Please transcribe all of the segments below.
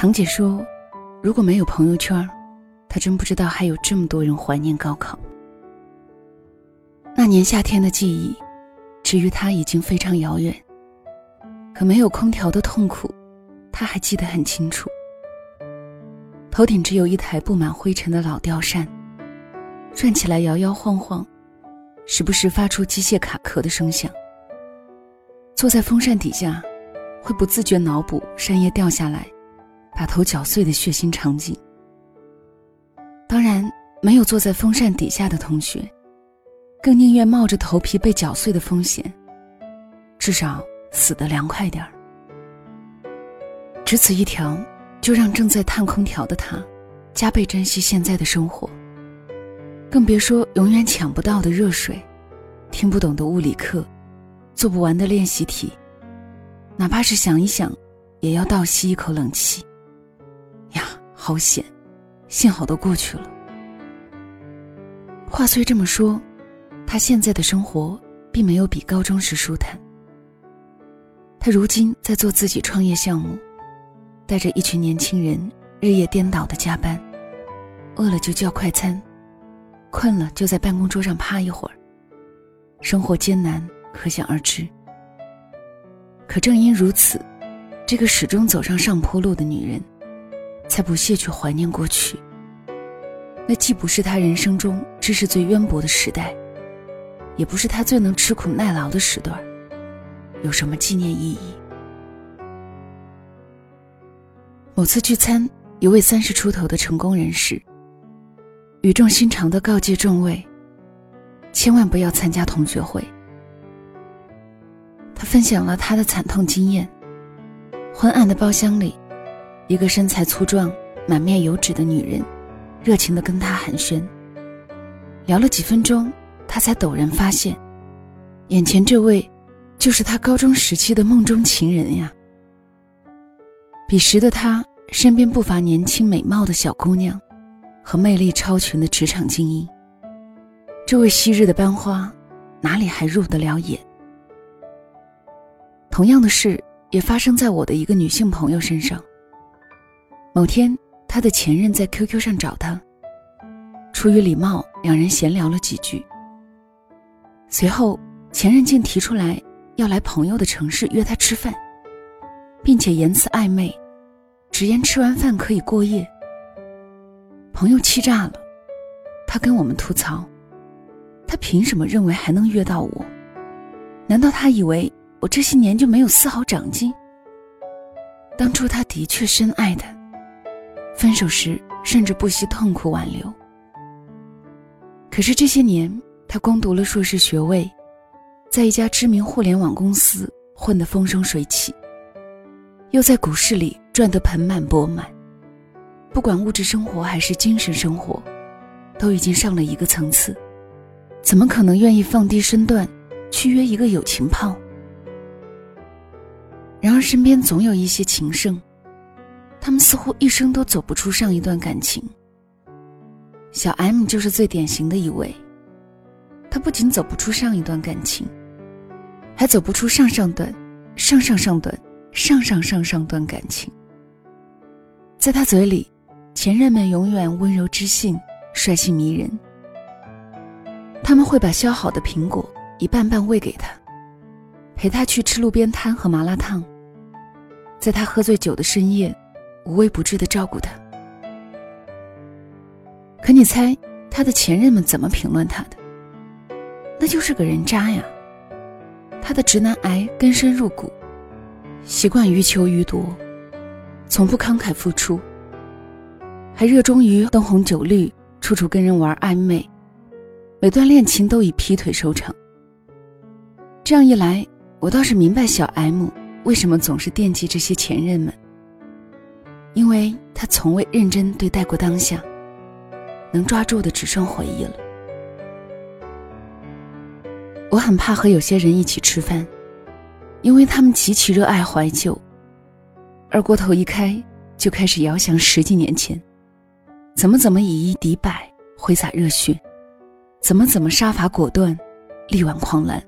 堂姐说，如果没有朋友圈，她真不知道还有这么多人怀念高考。那年夏天的记忆，至于她已经非常遥远，可没有空调的痛苦，她还记得很清楚。头顶只有一台布满灰尘的老吊扇，转起来摇摇晃晃，时不时发出机械卡壳的声响。坐在风扇底下，会不自觉脑补扇叶掉下来把头搅碎的血腥场景。当然没有坐在风扇底下的同学，更宁愿冒着头皮被搅碎的风险，至少死得凉快点儿。只此一条，就让正在叹空调的他加倍珍惜现在的生活，更别说永远抢不到的热水，听不懂的物理课，做不完的练习题，哪怕是想一想也要倒吸一口冷气呀，好险，幸好都过去了。话虽这么说，他现在的生活并没有比高中时舒坦。他如今在做自己创业项目，带着一群年轻人日夜颠倒的加班，饿了就叫快餐，困了就在办公桌上趴一会儿，生活艰难可想而知。可正因如此，这个始终走上上坡路的女人才不屑去怀念过去。那既不是她人生中知识最渊博的时代，也不是她最能吃苦耐劳的时段，有什么纪念意义？某次聚餐，一位30出头的成功人士语重心长地告诫众位，千万不要参加同学会。他分享了他的惨痛经验。昏暗的包厢里，一个身材粗壮满面油脂的女人热情地跟他寒暄，聊了几分钟，他才陡然发现，眼前这位就是他高中时期的梦中情人呀。彼时的他身边不乏年轻美貌的小姑娘和魅力超群的职场精英，这位昔日的班花哪里还入得了眼？同样的事也发生在我的一个女性朋友身上。某天，她的前任在 QQ 上找她，出于礼貌，两人闲聊了几句。随后，前任竟提出来要来朋友的城市约她吃饭，并且言辞暧昧，直言吃完饭可以过夜。朋友气炸了，他跟我们吐槽，他凭什么认为还能约到我？难道他以为我这些年就没有丝毫长进？当初他的确深爱他，分手时甚至不惜痛苦挽留。可是这些年，他攻读了硕士学位，在一家知名互联网公司混得风生水起，又在股市里赚得盆满钵满，不管物质生活还是精神生活，都已经上了一个层次，怎么可能愿意放低身段去约一个友情炮？然而身边总有一些情圣，他们似乎一生都走不出上一段感情。小 M 就是最典型的一位，他不仅走不出上一段感情，还走不出上上段感情。在他嘴里，前任们永远温柔知性，率性迷人。他们会把削好的苹果一瓣瓣喂给他，陪他去吃路边摊和麻辣烫，在他喝醉酒的深夜无微不至地照顾他。可你猜他的前任们怎么评论他的？那就是个人渣呀！他的直男癌根深入骨，习惯予求予夺，从不慷慨付出，还热衷于灯红酒绿，处处跟人玩暧昧，每段恋情都以劈腿收场。这样一来，我倒是明白小 M 为什么总是惦记这些前任们，因为他从未认真对待过当下，能抓住的只剩回忆了。我很怕和有些人一起吃饭，因为他们极其热爱怀旧，二锅头一开就开始遥想10几年前，怎么以一敌百，挥洒热血，怎么杀伐果断，力挽狂澜。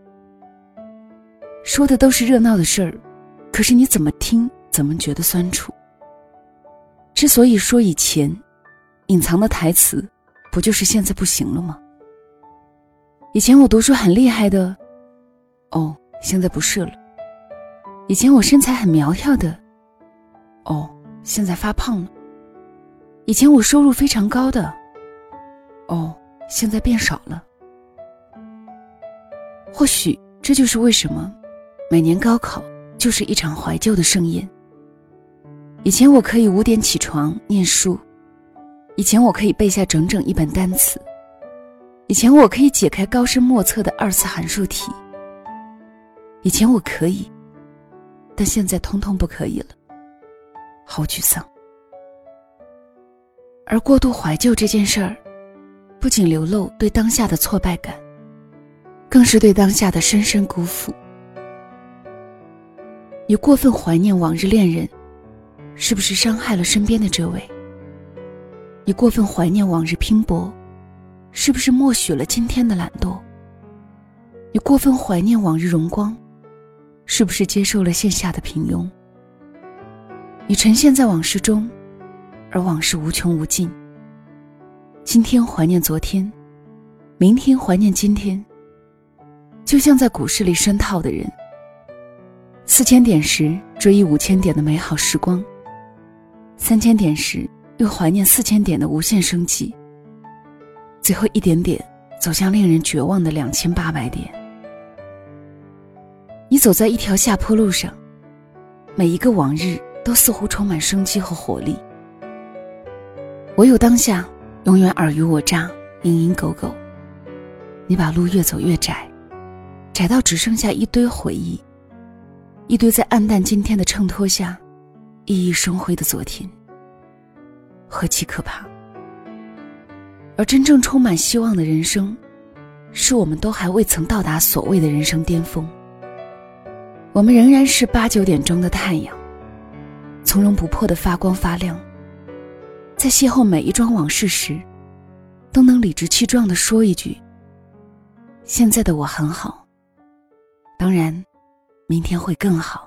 说的都是热闹的事儿，可是你怎么听怎么觉得酸楚。 之所以说以前，隐藏的台词不就是现在不行了吗？以前我读书很厉害的，哦，现在不是了。以前我身材很苗条的，哦，现在发胖了。以前我收入非常高的，哦，现在变少了。或许这就是为什么每年高考就是一场怀旧的盛宴。以前我可以5点起床念书，以前我可以背下整整1本单词，以前我可以解开高深莫测的2次函数题，以前我可以，但现在通通不可以了，好沮丧。而过度怀旧这件事儿，不仅流露对当下的挫败感，更是对当下的深深辜负。你过分怀念往日恋人，是不是伤害了身边的这位？你过分怀念往日拼搏，是不是默许了今天的懒惰？你过分怀念往日荣光，是不是接受了现下的平庸？你沉陷在往事中，而往事无穷无尽。今天怀念昨天，明天怀念今天，就像在股市里深套的人，4000点时追忆5000点的美好时光，3000点时又怀念4000点的无限生机，最后一点点走向令人绝望的2800点。你走在一条下坡路上，每一个往日都似乎充满生机和活力，唯有当下永远尔虞我诈，蝇营狗苟。你把路越走越窄，窄到只剩下一堆回忆，一堆在暗淡今天的衬托下熠熠生辉的昨天，何其可怕。而真正充满希望的人生，是我们都还未曾到达所谓的人生巅峰，我们仍然是8、9点钟的太阳，从容不迫地发光发亮，在邂逅每一桩往事时，都能理直气壮地说一句：现在的我很好，当然明天会更好。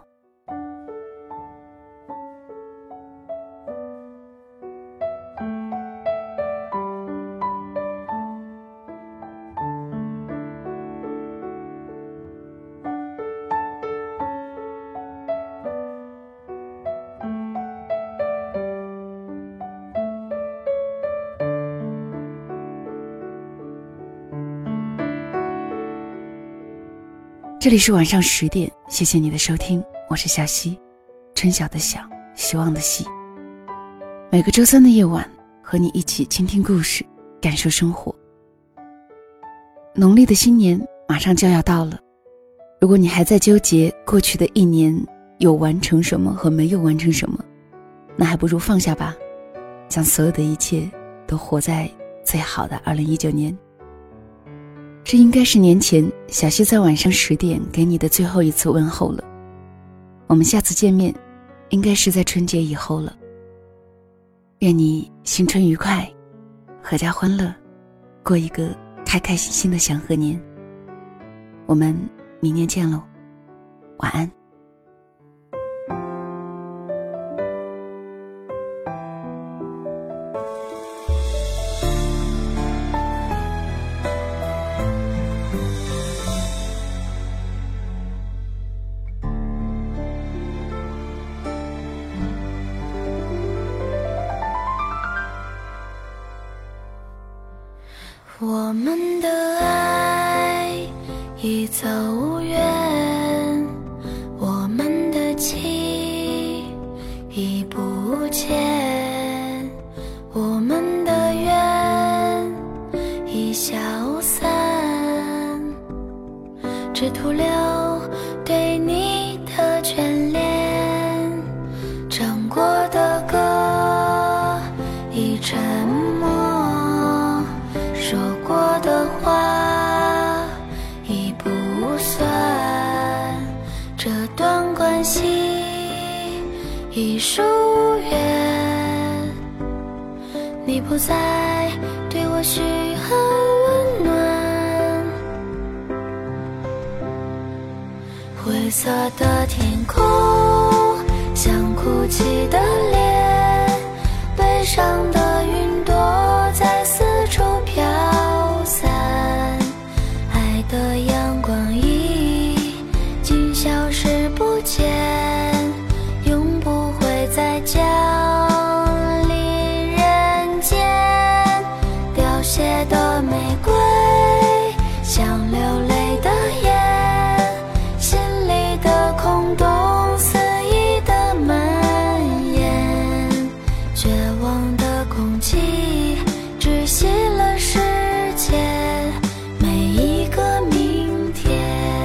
这里是晚上10点，谢谢你的收听，我是小溪，春晓的晓，希望的希。每个周3的夜晚，和你一起倾听故事，感受生活。农历的新年马上就要到了，如果你还在纠结过去的1年有完成什么和没有完成什么，那还不如放下吧，将所有的一切都活在最好的2019年。这应该是年前小溪在晚上10点给你的最后一次问候了，我们下次见面应该是在春节以后了。愿你新春愉快，阖家欢乐，过一个开开心心的祥和年。我们明年见喽，晚安。 我们的爱已走远，我们的情已不见，我们的缘已消散，只徒留对你的眷恋，唱过的歌已沉默，说过的话已不算，这段关系已疏远，你不再对我嘘寒问暖，灰色的天空像哭泣的脸， 上的云朵在四处飘散，爱的阳光已经消失不见，永不会再降临人间。凋谢的玫瑰像流泪的眼，心里的空洞肆意的蔓延，绝望的空气窒息了世界每一个明天。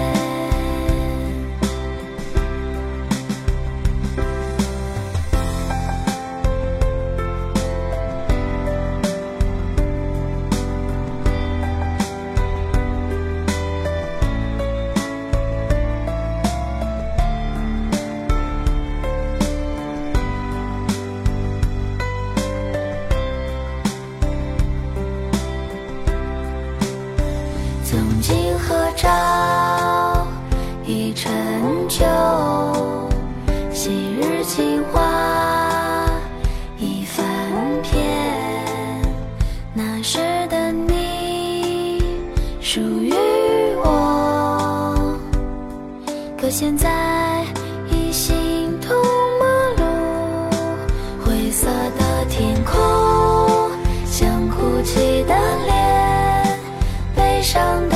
曾经合照已陈旧，昔日情话已翻篇，那时的你属于我，可现在已形同陌路。灰色的天空像哭泣的脸，悲伤